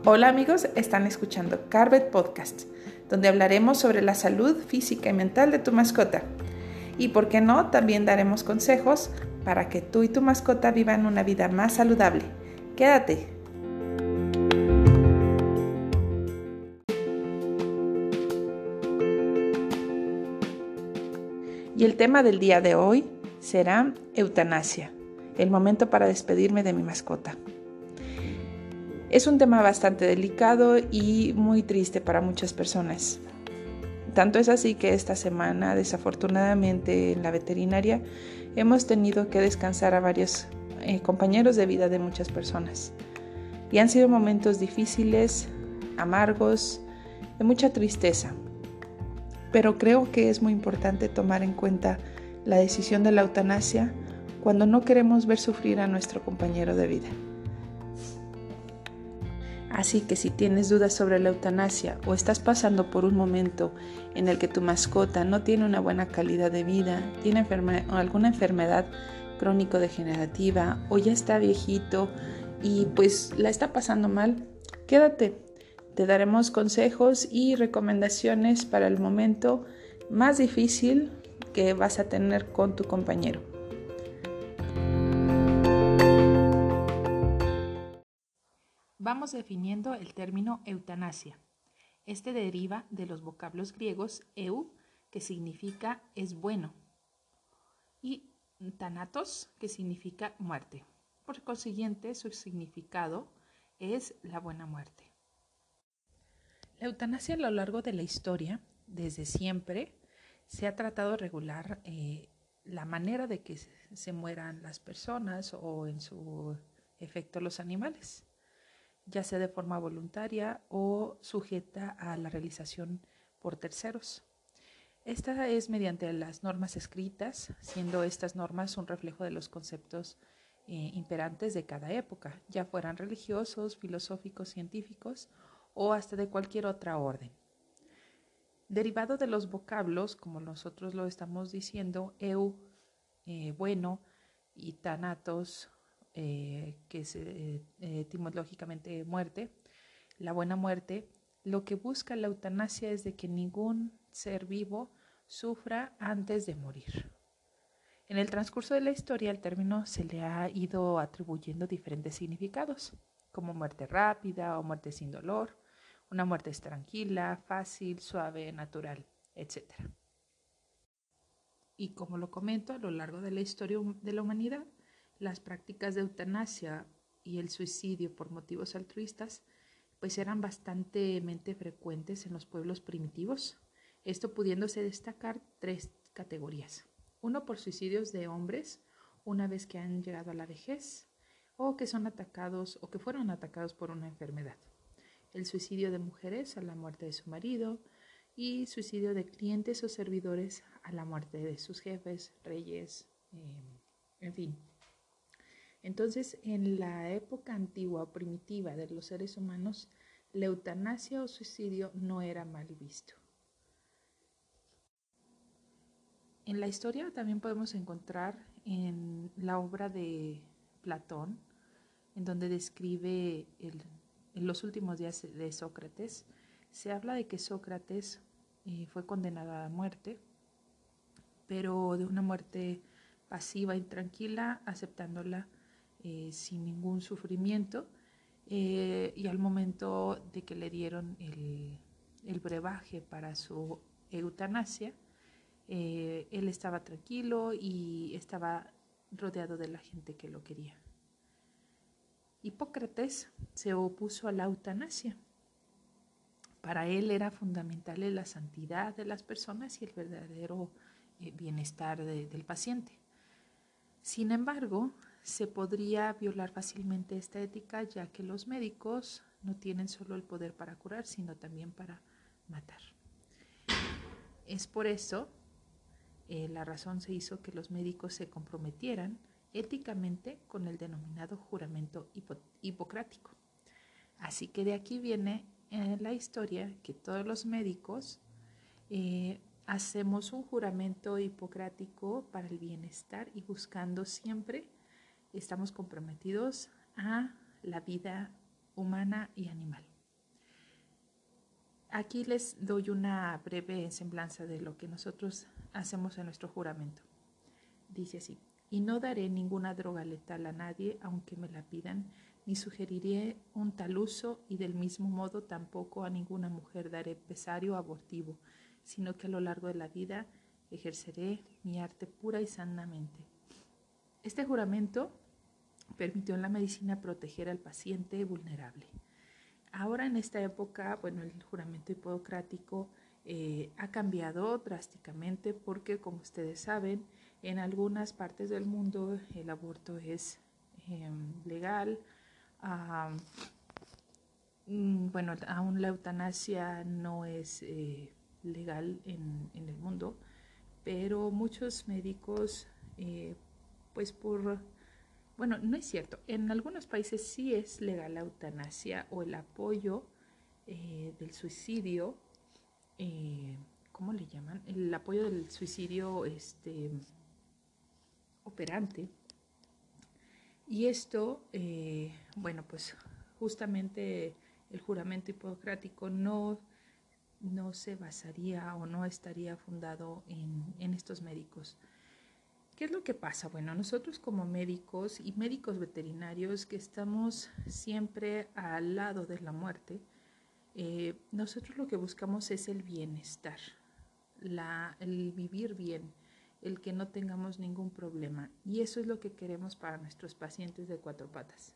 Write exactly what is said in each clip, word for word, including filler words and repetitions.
Hola amigos, están escuchando Carvet Podcast, donde hablaremos sobre la salud física y mental de tu mascota. Y por qué no, también daremos consejos para que tú y tu mascota vivan una vida más saludable. Quédate. Y el tema del día de hoy será eutanasia, el momento para despedirme de mi mascota. Es un tema bastante delicado y muy triste para muchas personas. Tanto es así que esta semana, desafortunadamente, en la veterinaria hemos tenido que descansar a varios eh, compañeros de vida de muchas personas. Y han sido momentos difíciles, amargos, de mucha tristeza. Pero creo que es muy importante tomar en cuenta la decisión de la eutanasia cuando no queremos ver sufrir a nuestro compañero de vida. Así que si tienes dudas sobre la eutanasia o estás pasando por un momento en el que tu mascota no tiene una buena calidad de vida, tiene enferme- alguna enfermedad crónico-degenerativa o ya está viejito y pues la está pasando mal, quédate. Te daremos consejos y recomendaciones para el momento más difícil que vas a tener con tu compañero. Vamos definiendo el término eutanasia. Este deriva de los vocablos griegos eu, que significa es bueno, y thanatos, que significa muerte. Por consiguiente, su significado es la buena muerte. La eutanasia a lo largo de la historia, desde siempre, se ha tratado de regular eh, la manera de que se mueran las personas o en su efecto los animales, ya sea de forma voluntaria o sujeta a la realización por terceros. Esta es mediante las normas escritas, siendo estas normas un reflejo de los conceptos eh, imperantes de cada época, ya fueran religiosos, filosóficos, científicos o hasta de cualquier otra orden. Derivado de los vocablos, como nosotros lo estamos diciendo, eu, eh, bueno, y thanatos, eh, que es eh, etimológicamente muerte, la buena muerte, lo que busca la eutanasia es de que ningún ser vivo sufra antes de morir. En el transcurso de la historia, el término se le ha ido atribuyendo diferentes significados, como muerte rápida o muerte sin dolor, una muerte tranquila, fácil, suave, natural, etcétera. Y como lo comento, a lo largo de la historia de la humanidad, las prácticas de eutanasia y el suicidio por motivos altruistas pues eran bastante frecuentes en los pueblos primitivos, esto pudiéndose destacar tres categorías. Uno por suicidios de hombres una vez que han llegado a la vejez o que son atacados o que fueron atacados por una enfermedad. El suicidio de mujeres a la muerte de su marido y suicidio de clientes o servidores a la muerte de sus jefes, reyes, eh, en fin. Entonces, en la época antigua o primitiva de los seres humanos, la eutanasia o suicidio no era mal visto. En la historia también podemos encontrar en la obra de Platón, en donde describe el, en los últimos días de Sócrates, se habla de que Sócrates eh, fue condenado a muerte, pero de una muerte pasiva y tranquila, aceptándola eh, sin ningún sufrimiento, eh, y al momento de que le dieron el, el brebaje para su eutanasia, eh, él estaba tranquilo y estaba rodeado de la gente que lo quería. Hipócrates se opuso a la eutanasia. Para él era fundamental la santidad de las personas y el verdadero eh, bienestar de, del paciente. Sin embargo, se podría violar fácilmente esta ética, ya que los médicos no tienen solo el poder para curar, sino también para matar. Es por eso eh, la razón se hizo que los médicos se comprometieran éticamente con el denominado juramento hipo- hipocrático. Así que de aquí viene eh, la historia que todos los médicos eh, hacemos un juramento hipocrático para el bienestar y buscando siempre, estamos comprometidos a la vida humana y animal. Aquí les doy una breve semblanza de lo que nosotros hacemos en nuestro juramento. Dice así: y no daré ninguna droga letal a nadie, aunque me la pidan, ni sugeriré un tal uso, y del mismo modo tampoco a ninguna mujer daré pesario abortivo, sino que a lo largo de la vida ejerceré mi arte pura y sanamente. Este juramento permitió en la medicina proteger al paciente vulnerable. Ahora en esta época, bueno, el juramento hipocrático eh, ha cambiado drásticamente porque, como ustedes saben, en algunas partes del mundo el aborto es eh, legal. Uh, bueno, aún la eutanasia no es eh, legal en, en el mundo, pero muchos médicos, eh, pues por... Bueno, no es cierto. En algunos países sí es legal la eutanasia o el apoyo eh, del suicidio. Eh, ¿Cómo le llaman? El apoyo del suicidio este, operante. Y esto, eh, bueno, pues justamente el juramento hipocrático no, no se basaría o no estaría fundado en, en estos médicos. ¿Qué es lo que pasa? Bueno, nosotros como médicos y médicos veterinarios que estamos siempre al lado de la muerte, eh, nosotros lo que buscamos es el bienestar, la, el vivir bien, el que no tengamos ningún problema. Y eso es lo que queremos para nuestros pacientes de cuatro patas.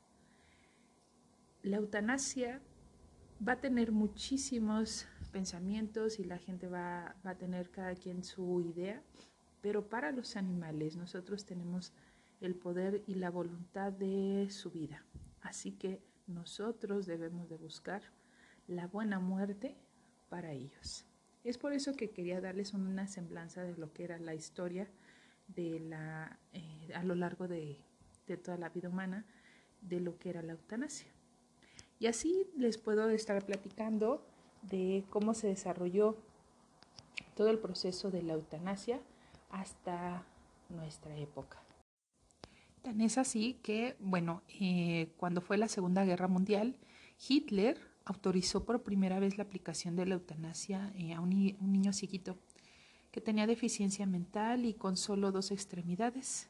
La eutanasia va a tener muchísimos pensamientos y la gente va, va a tener cada quien su idea. Pero para los animales nosotros tenemos el poder y la voluntad de su vida. Así que nosotros debemos de buscar la buena muerte para ellos. Es por eso que quería darles una semblanza de lo que era la historia de la, eh, a lo largo de, de toda la vida humana, de lo que era la eutanasia. Y así les puedo estar platicando de cómo se desarrolló todo el proceso de la eutanasia hasta nuestra época. Tan es así que, bueno, eh, cuando fue la Segunda Guerra Mundial, Hitler autorizó por primera vez la aplicación de la eutanasia eh, a un, ni- un niño cieguito que tenía deficiencia mental y con solo dos extremidades.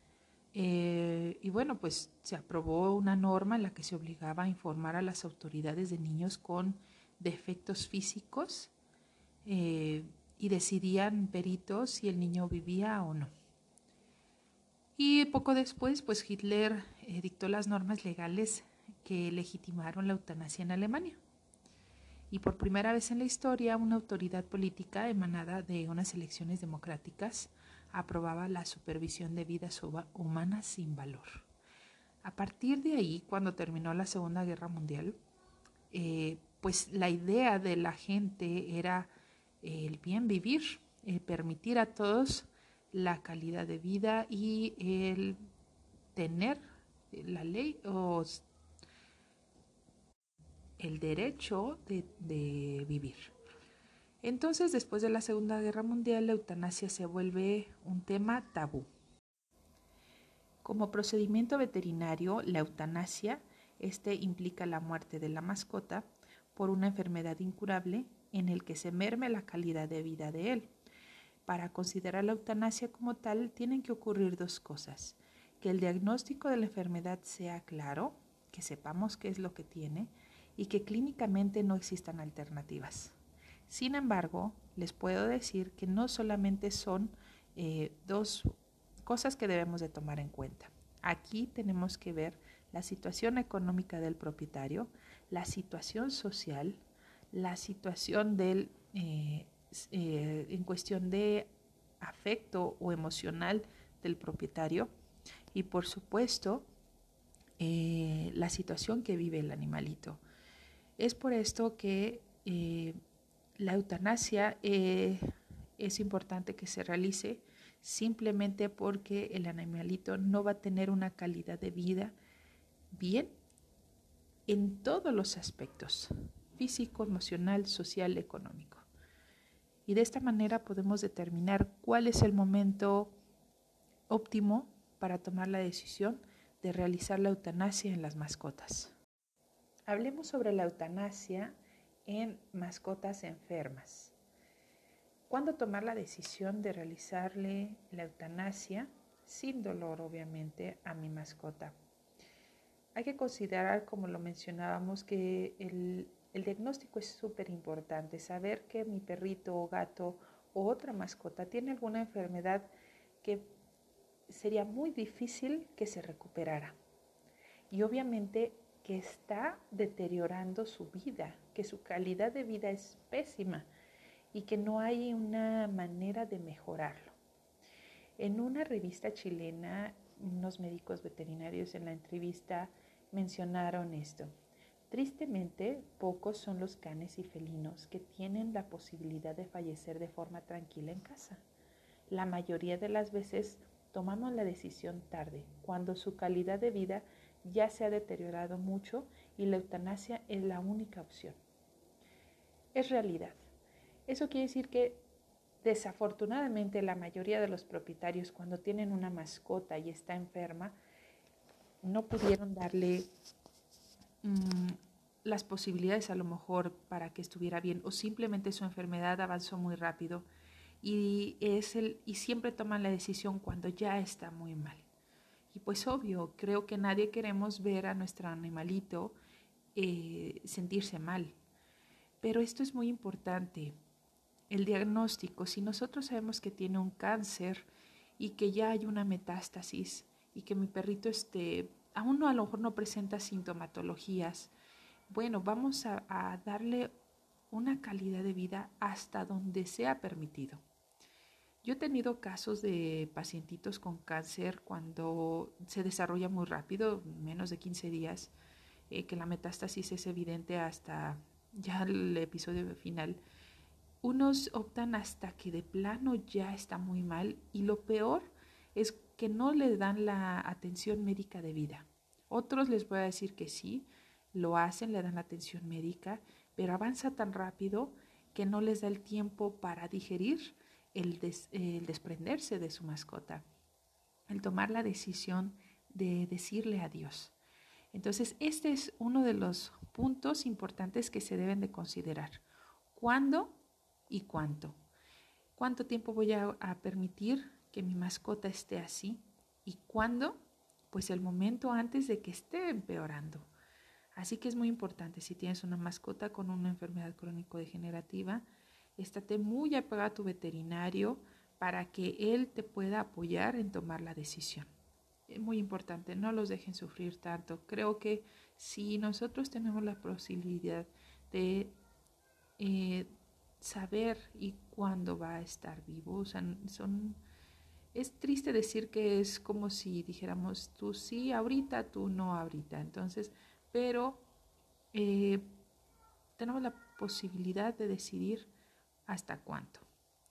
Eh, y bueno, pues se aprobó una norma en la que se obligaba a informar a las autoridades de niños con defectos físicos eh, y decidían peritos si el niño vivía o no. Y poco después, pues Hitler eh, dictó las normas legales que legitimaron la eutanasia en Alemania. Y por primera vez en la historia, una autoridad política emanada de unas elecciones democráticas aprobaba la supervisión de vidas humanas sin valor. A partir de ahí, cuando terminó la Segunda Guerra Mundial, eh, pues la idea de la gente era el bien vivir, el permitir a todos la calidad de vida y el tener la ley o el derecho de, de vivir. Entonces, después de la Segunda Guerra Mundial, la eutanasia se vuelve un tema tabú. Como procedimiento veterinario, la eutanasia este implica la muerte de la mascota por una enfermedad incurable en el que se merme la calidad de vida de él. Para considerar la eutanasia como tal, tienen que ocurrir dos cosas: que el diagnóstico de la enfermedad sea claro, que sepamos qué es lo que tiene y que clínicamente no existan alternativas. Sin embargo, les puedo decir que no solamente son eh, dos cosas que debemos de tomar en cuenta. Aquí tenemos que ver la situación económica del propietario, la situación social, la situación del, eh, eh, en cuestión de afecto o emocional del propietario y, por supuesto, eh, la situación que vive el animalito. Es por esto que eh, la eutanasia eh, es importante que se realice simplemente porque el animalito no va a tener una calidad de vida bien en todos los aspectos: físico, emocional, social, económico. Y de esta manera podemos determinar cuál es el momento óptimo para tomar la decisión de realizar la eutanasia en las mascotas. Hablemos sobre la eutanasia en mascotas enfermas. ¿Cuándo tomar la decisión de realizarle la eutanasia sin dolor, obviamente, a mi mascota? Hay que considerar, como lo mencionábamos, que el, el diagnóstico es súper importante. Saber que mi perrito o gato o otra mascota tiene alguna enfermedad que sería muy difícil que se recuperara. Y obviamente que está deteriorando su vida, que su calidad de vida es pésima y que no hay una manera de mejorarlo. En una revista chilena, unos médicos veterinarios en la entrevista mencionaron esto. Tristemente, pocos son los canes y felinos que tienen la posibilidad de fallecer de forma tranquila en casa. La mayoría de las veces tomamos la decisión tarde, cuando su calidad de vida ya se ha deteriorado mucho y la eutanasia es la única opción. Es realidad. Eso quiere decir que desafortunadamente la mayoría de los propietarios, cuando tienen una mascota y está enferma, no pudieron darle mmm, las posibilidades a lo mejor para que estuviera bien, o simplemente su enfermedad avanzó muy rápido y, es el, y siempre toman la decisión cuando ya está muy mal. Y pues obvio, creo que nadie queremos ver a nuestro animalito eh, sentirse mal. Pero esto es muy importante, el diagnóstico. Si nosotros sabemos que tiene un cáncer y que ya hay una metástasis y que mi perrito este, aún no, a lo mejor no presenta sintomatologías, bueno, vamos a, a darle una calidad de vida hasta donde sea permitido. Yo he tenido casos de pacientitos con cáncer cuando se desarrolla muy rápido, menos de quince días, eh, que la metástasis es evidente hasta ya el episodio final. Unos optan hasta que de plano ya está muy mal y lo peor es que no le dan la atención médica debida. Otros les voy a decir que sí, lo hacen, le dan la atención médica, pero avanza tan rápido que no les da el tiempo para digerir el, des, el desprenderse de su mascota, el tomar la decisión de decirle adiós. Entonces, este es uno de los puntos importantes que se deben de considerar. ¿Cuándo y cuánto? ¿Cuánto tiempo voy a, a permitir que mi mascota esté así? ¿Y cuándo? Pues el momento antes de que esté empeorando. Así que es muy importante, si tienes una mascota con una enfermedad crónico-degenerativa, estate muy apegado a tu veterinario para que él te pueda apoyar en tomar la decisión. Es muy importante, no los dejen sufrir tanto. Creo que si nosotros tenemos la posibilidad de eh, saber y cuándo va a estar vivo, o sea, son, es triste decir que es como si dijéramos tú sí ahorita, tú no ahorita. Entonces, pero eh, tenemos la posibilidad de decidir hasta cuánto.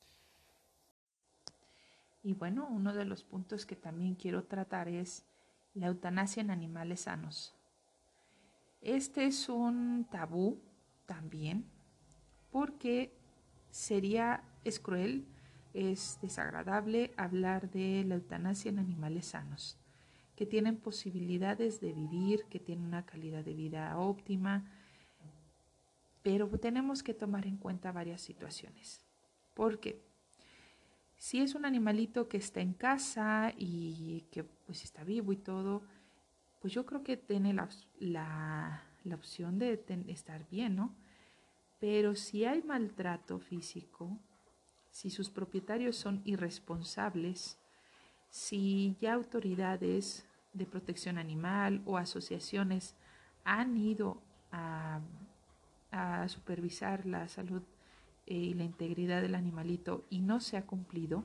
Y bueno, uno de los puntos que también quiero tratar es la eutanasia en animales sanos. Este es un tabú también porque sería, es cruel, es desagradable hablar de la eutanasia en animales sanos, que tienen posibilidades de vivir, que tienen una calidad de vida óptima, pero tenemos que tomar en cuenta varias situaciones. ¿Por qué? Si es un animalito que está en casa y que pues está vivo y todo, pues yo creo que tiene la, la, la opción de ten, estar bien, ¿no? Pero si hay maltrato físico, si sus propietarios son irresponsables, si ya autoridades de protección animal o asociaciones han ido a, a supervisar la salud y la integridad del animalito y no se ha cumplido,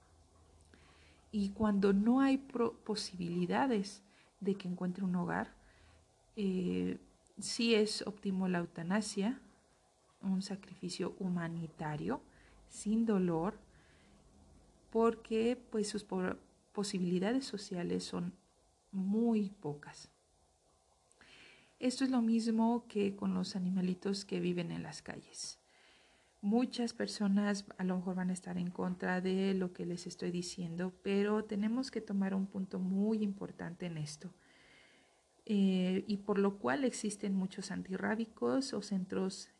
y cuando no hay posibilidades de que encuentre un hogar, eh, sí es óptimo la eutanasia, un sacrificio humanitario, sin dolor, porque pues sus posibilidades sociales son muy pocas. Esto es lo mismo que con los animalitos que viven en las calles. Muchas personas a lo mejor van a estar en contra de lo que les estoy diciendo, pero tenemos que tomar un punto muy importante en esto. Eh, y por lo cual existen muchos antirrábicos o centros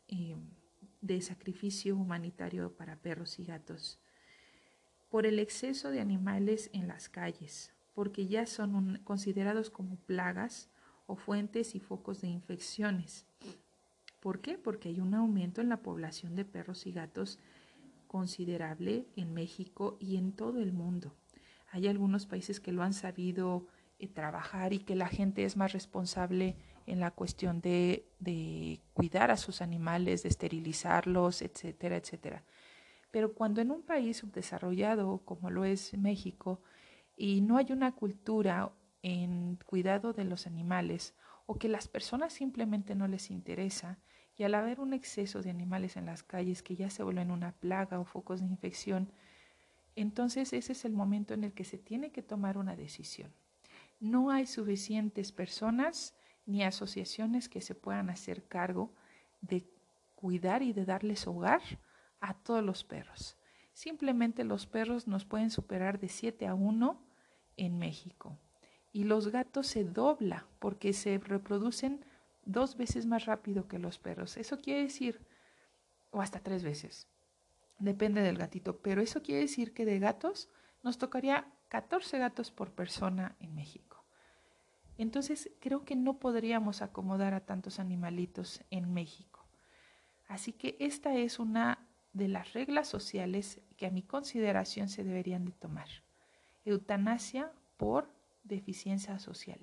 eh, de sacrificio humanitario para perros y gatos, por el exceso de animales en las calles, porque ya son un, considerados como plagas o fuentes y focos de infecciones. ¿Por qué? Porque hay un aumento en la población de perros y gatos considerable en México y en todo el mundo. Hay algunos países que lo han sabido eh, trabajar y que la gente es más responsable en la cuestión de, de cuidar a sus animales, de esterilizarlos, etcétera, etcétera. Pero cuando en un país subdesarrollado como lo es México y no hay una cultura en cuidado de los animales o que las personas simplemente no les interesa y al haber un exceso de animales en las calles que ya se vuelven una plaga o focos de infección, entonces ese es el momento en el que se tiene que tomar una decisión. No hay suficientes personas ni asociaciones que se puedan hacer cargo de cuidar y de darles hogar a todos los perros. Simplemente los perros nos pueden superar de siete a uno en México. Y los gatos se dobla porque se reproducen dos veces más rápido que los perros. Eso quiere decir, o hasta tres veces, depende del gatito, pero eso quiere decir que de gatos nos tocaría catorce gatos por persona en México. Entonces creo que no podríamos acomodar a tantos animalitos en México. Así que esta es una de las reglas sociales que a mi consideración se deberían de tomar. Eutanasia por deficiencia social.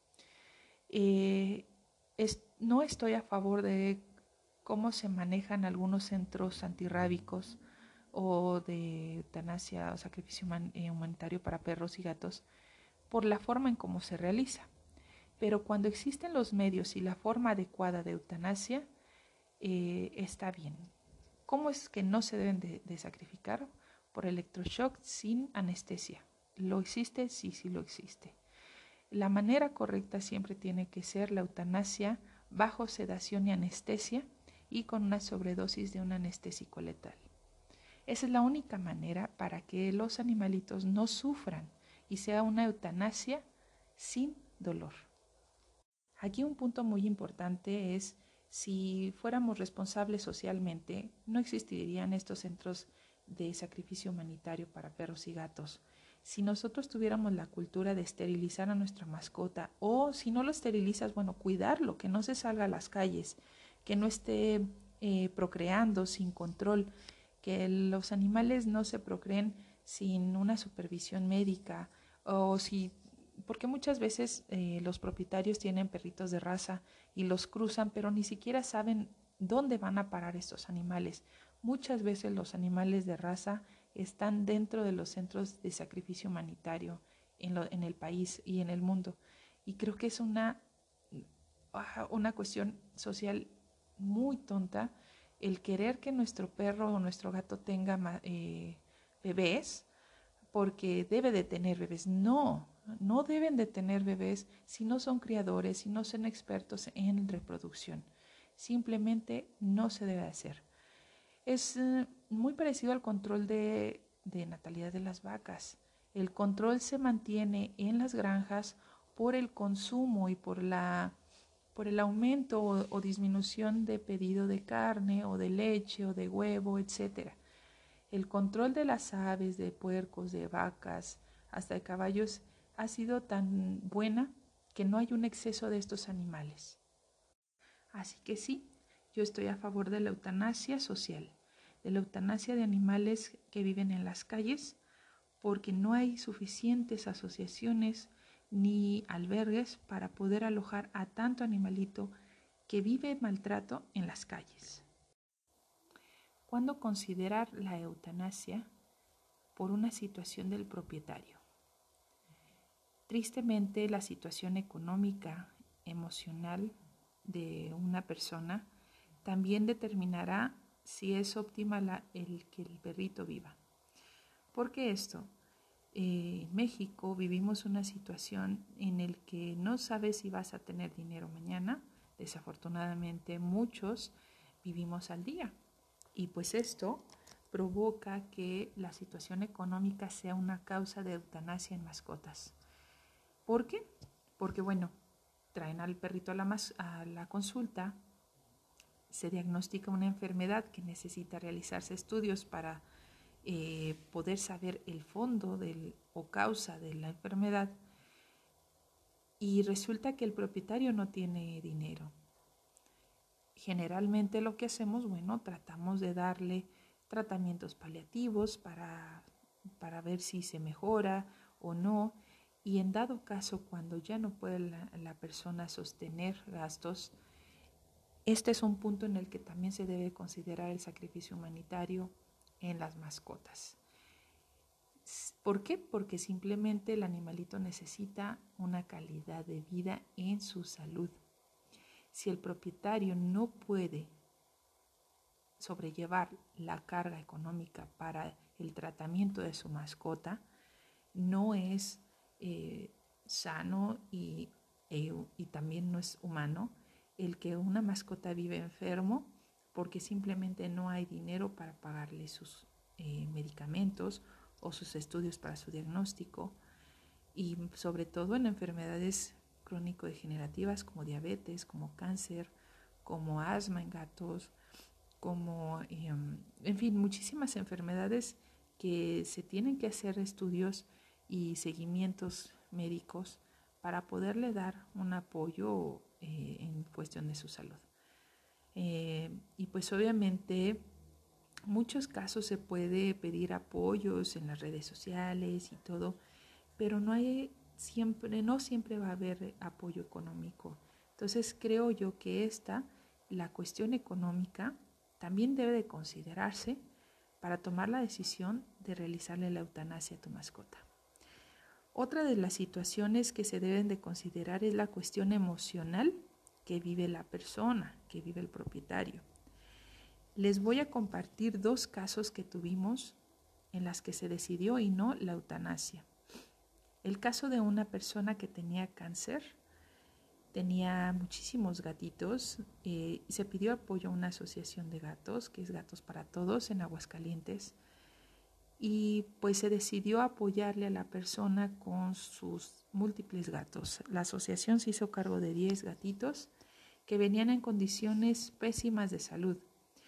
Eh, es, no estoy a favor de cómo se manejan algunos centros antirrábicos o de eutanasia o sacrificio human, eh, humanitario para perros y gatos por la forma en cómo se realiza. Pero cuando existen los medios y la forma adecuada de eutanasia, eh, está bien. ¿Cómo es que no se deben de, de sacrificar? Por electroshock sin anestesia. ¿Lo existe? Sí, sí lo existe. La manera correcta siempre tiene que ser la eutanasia bajo sedación y anestesia y con una sobredosis de un anestésico letal. Esa es la única manera para que los animalitos no sufran y sea una eutanasia sin dolor. Aquí un punto muy importante es, si fuéramos responsables socialmente, no existirían estos centros de sacrificio humanitario para perros y gatos. Si nosotros tuviéramos la cultura de esterilizar a nuestra mascota, o si no lo esterilizas, bueno, cuidarlo, que no se salga a las calles, que no esté eh, procreando sin control, que los animales no se procreen sin una supervisión médica, o si porque muchas veces eh, los propietarios tienen perritos de raza y los cruzan, pero ni siquiera saben dónde van a parar estos animales. Muchas veces los animales de raza están dentro de los centros de sacrificio humanitario en, lo, en el país y en el mundo. Y creo que es una, una cuestión social muy tonta el querer que nuestro perro o nuestro gato tenga eh, bebés porque debe de tener bebés. No, no deben de tener bebés si no son criadores, si no son expertos en reproducción. Simplemente no se debe hacer. Es uh, muy parecido al control de, de natalidad de las vacas. El control se mantiene en las granjas por el consumo y por, la, por el aumento o, o disminución de pedido de carne o de leche o de huevo, etcétera. El control de las aves, de puercos, de vacas, hasta de caballos, ha sido tan buena que no hay un exceso de estos animales. Así que sí, yo estoy a favor de la eutanasia social, de la eutanasia de animales que viven en las calles, porque no hay suficientes asociaciones ni albergues para poder alojar a tanto animalito que vive maltrato en las calles. ¿Cuándo considerar la eutanasia? Por una situación del propietario. Tristemente, la situación económica, emocional de una persona también determinará si es óptima la, el que el perrito viva. ¿Por qué esto? Eh, en México vivimos una situación en la que no sabes si vas a tener dinero mañana. Desafortunadamente, muchos vivimos al día. Y pues esto provoca que la situación económica sea una causa de eutanasia en mascotas. ¿Por qué? Porque, bueno, traen al perrito a la, mas- a la consulta, se diagnostica una enfermedad que necesita realizarse estudios para eh, poder saber el fondo del, o causa de la enfermedad, y resulta que el propietario no tiene dinero. Generalmente lo que hacemos, bueno, tratamos de darle tratamientos paliativos para, para ver si se mejora o no, y en dado caso, cuando ya no puede la, la persona sostener gastos, este es un punto en el que también se debe considerar el sacrificio humanitario en las mascotas. ¿Por qué? Porque simplemente el animalito necesita una calidad de vida en su salud. Si el propietario no puede sobrellevar la carga económica para el tratamiento de su mascota, no es eh, sano y, eh, y también no es humano el que una mascota vive enfermo porque simplemente no hay dinero para pagarle sus eh, medicamentos o sus estudios para su diagnóstico, y sobre todo en enfermedades crónico-degenerativas como diabetes, como cáncer, como asma en gatos, como, eh, en fin, muchísimas enfermedades que se tienen que hacer estudios y seguimientos médicos para poderle dar un apoyo eh, en cuestión de su salud. Eh, y pues obviamente muchos casos se puede pedir apoyos en las redes sociales y todo, pero no hay siempre, no siempre va a haber apoyo económico. Entonces creo yo que esta, la cuestión económica, también debe de considerarse para tomar la decisión de realizarle la eutanasia a tu mascota. Otra de las situaciones que se deben de considerar es la cuestión emocional que vive la persona, que vive el propietario. Les voy a compartir dos casos que tuvimos en las que se decidió y no la eutanasia. El caso de una persona que tenía cáncer, tenía muchísimos gatitos, eh, se pidió apoyo a una asociación de gatos, que es Gatos para Todos, en Aguascalientes, y pues se decidió apoyarle a la persona con sus múltiples gatos. La asociación se hizo cargo de diez gatitos que venían en condiciones pésimas de salud.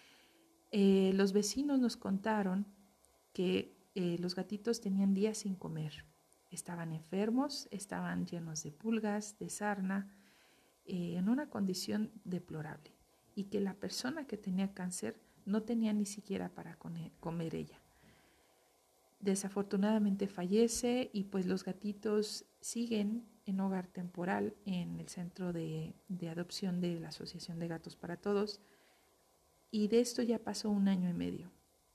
Eh, los vecinos nos contaron que eh, los gatitos tenían días sin comer. Estaban enfermos, estaban llenos de pulgas, de sarna, eh, en una condición deplorable, y que la persona que tenía cáncer no tenía ni siquiera para comer ella. Desafortunadamente fallece, y pues los gatitos siguen en hogar temporal en el centro de, de adopción de la Asociación de Gatos para Todos, y de esto ya pasó un año y medio.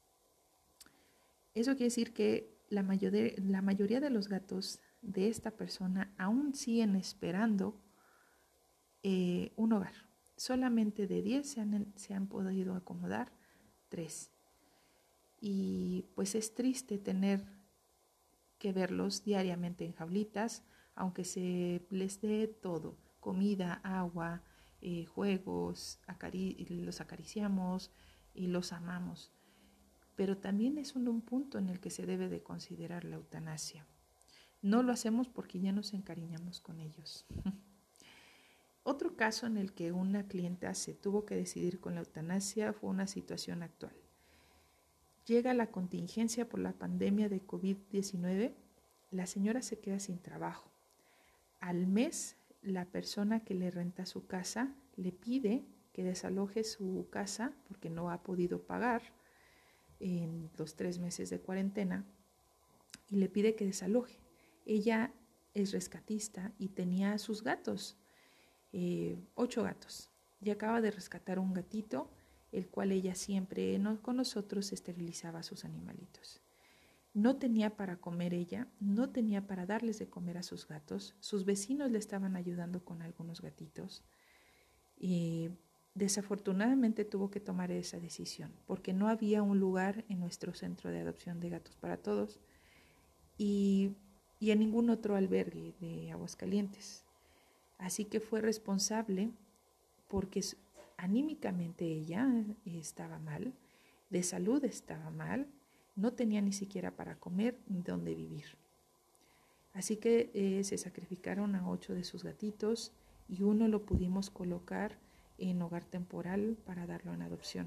Eso quiere decir que la mayoría, la mayoría de los gatos de esta persona aún siguen esperando eh, un hogar. Solamente de diez se han, se han podido acomodar tres. Y pues es triste tener que verlos diariamente en jaulitas, aunque se les dé todo, comida, agua, eh, juegos, acari- los acariciamos y los amamos. Pero también es un, un punto en el que se debe de considerar la eutanasia. No lo hacemos porque ya nos encariñamos con ellos. Otro caso en el que una clienta se tuvo que decidir con la eutanasia fue una situación actual. Llega la contingencia por la pandemia de covid diecinueve, la señora se queda sin trabajo. Al mes, la persona que le renta su casa le pide que desaloje su casa porque no ha podido pagar en los tres meses de cuarentena, y le pide que desaloje. Ella es rescatista y tenía sus gatos, eh, ocho gatos, y acaba de rescatar un gatito, el cual ella siempre no, con nosotros esterilizaba a sus animalitos. No tenía para comer ella, no tenía para darles de comer a sus gatos, sus vecinos le estaban ayudando con algunos gatitos, y desafortunadamente tuvo que tomar esa decisión porque no había un lugar en nuestro centro de adopción de Gatos para Todos y, y en ningún otro albergue de Aguascalientes. Así que fue responsable porque anímicamente ella estaba mal, de salud estaba mal, no tenía ni siquiera para comer ni dónde vivir. Así que eh, se sacrificaron a ocho de sus gatitos y uno lo pudimos colocar en hogar temporal para darlo en adopción.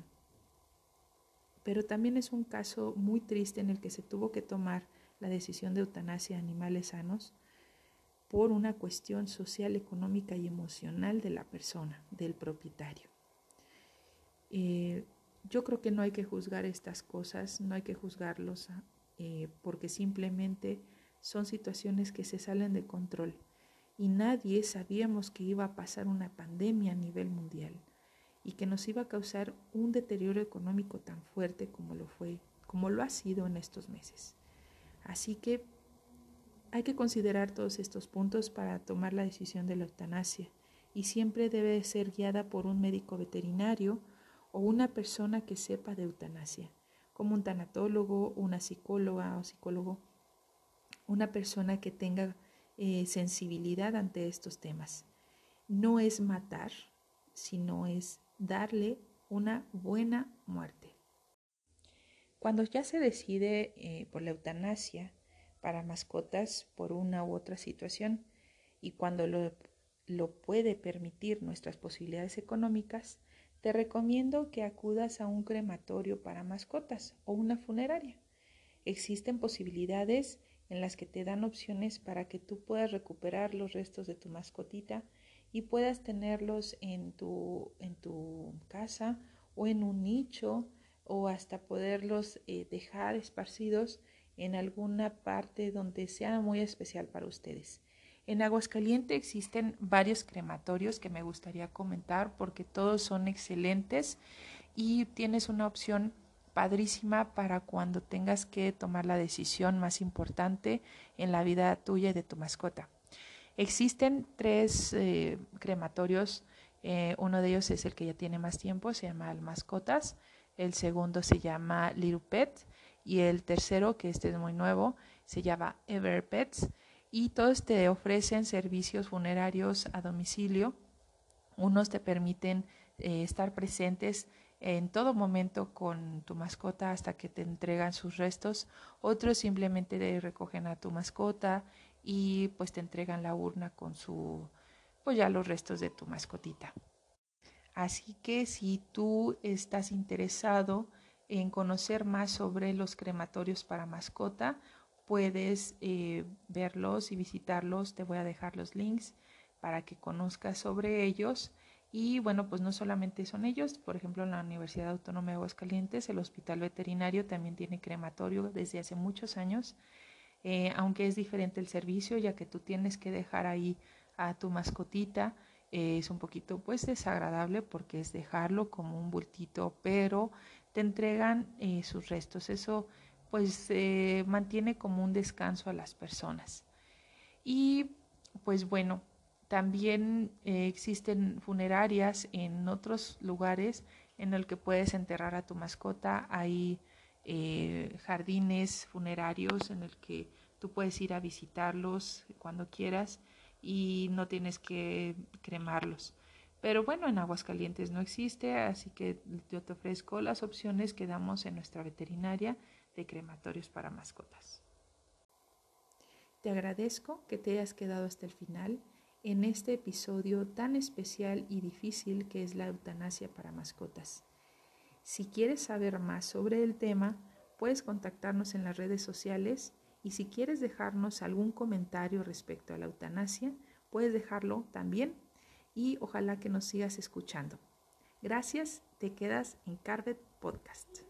Pero también es un caso muy triste en el que se tuvo que tomar la decisión de eutanasia a animales sanos por una cuestión social, económica y emocional de la persona, del propietario. Eh, yo creo que no hay que juzgar estas cosas, no hay que juzgarlos eh, porque simplemente son situaciones que se salen de control y nadie sabíamos que iba a pasar una pandemia a nivel mundial y que nos iba a causar un deterioro económico tan fuerte como lo fue, como lo ha sido en estos meses. Así que hay que considerar todos estos puntos para tomar la decisión de la eutanasia y siempre debe ser guiada por un médico veterinario o una persona que sepa de eutanasia, como un tanatólogo, una psicóloga o psicólogo, una persona que tenga eh, sensibilidad ante estos temas. No es matar, sino es darle una buena muerte. Cuando ya se decide eh, por la eutanasia para mascotas por una u otra situación y cuando lo, lo puede permitir nuestras posibilidades económicas, te recomiendo que acudas a un crematorio para mascotas o una funeraria. Existen posibilidades en las que te dan opciones para que tú puedas recuperar los restos de tu mascotita y puedas tenerlos en tu, en tu casa o en un nicho o hasta poderlos eh, dejar esparcidos en alguna parte donde sea muy especial para ustedes. En Aguascalientes existen varios crematorios que me gustaría comentar porque todos son excelentes y tienes una opción padrísima para cuando tengas que tomar la decisión más importante en la vida tuya y de tu mascota. Existen tres eh, crematorios, eh, uno de ellos es el que ya tiene más tiempo, se llama Mascotas, el segundo se llama Little Pet y el tercero, que este es muy nuevo, se llama Ever Pets y todos te ofrecen servicios funerarios a domicilio. Unos te permiten eh, estar presentes en todo momento con tu mascota hasta que te entregan sus restos, otros simplemente te recogen a tu mascota y pues te entregan la urna con su, pues ya los restos de tu mascotita. Así que si tú estás interesado en conocer más sobre los crematorios para mascota, puedes eh, verlos y visitarlos. Te voy a dejar los links para que conozcas sobre ellos. Y bueno, pues no solamente son ellos, por ejemplo en la Universidad Autónoma de Aguascalientes, el Hospital Veterinario también tiene crematorio desde hace muchos años, eh, aunque es diferente el servicio, ya que tú tienes que dejar ahí a tu mascotita. Eh, es un poquito pues desagradable porque es dejarlo como un bultito, pero te entregan eh, sus restos. Eso pues eh, mantiene como un descanso a las personas. Y pues bueno, también eh, existen funerarias en otros lugares en el que puedes enterrar a tu mascota. Hay eh, jardines funerarios en el que tú puedes ir a visitarlos cuando quieras y no tienes que cremarlos. Pero bueno, en Aguascalientes no existe, así que yo te ofrezco las opciones que damos en nuestra veterinaria de crematorios para mascotas. Te agradezco que te hayas quedado hasta el final en este episodio tan especial y difícil que es la eutanasia para mascotas. Si quieres saber más sobre el tema, puedes contactarnos en las redes sociales y si quieres dejarnos algún comentario respecto a la eutanasia, puedes dejarlo también y ojalá que nos sigas escuchando. Gracias, te quedas en Carvet Podcast.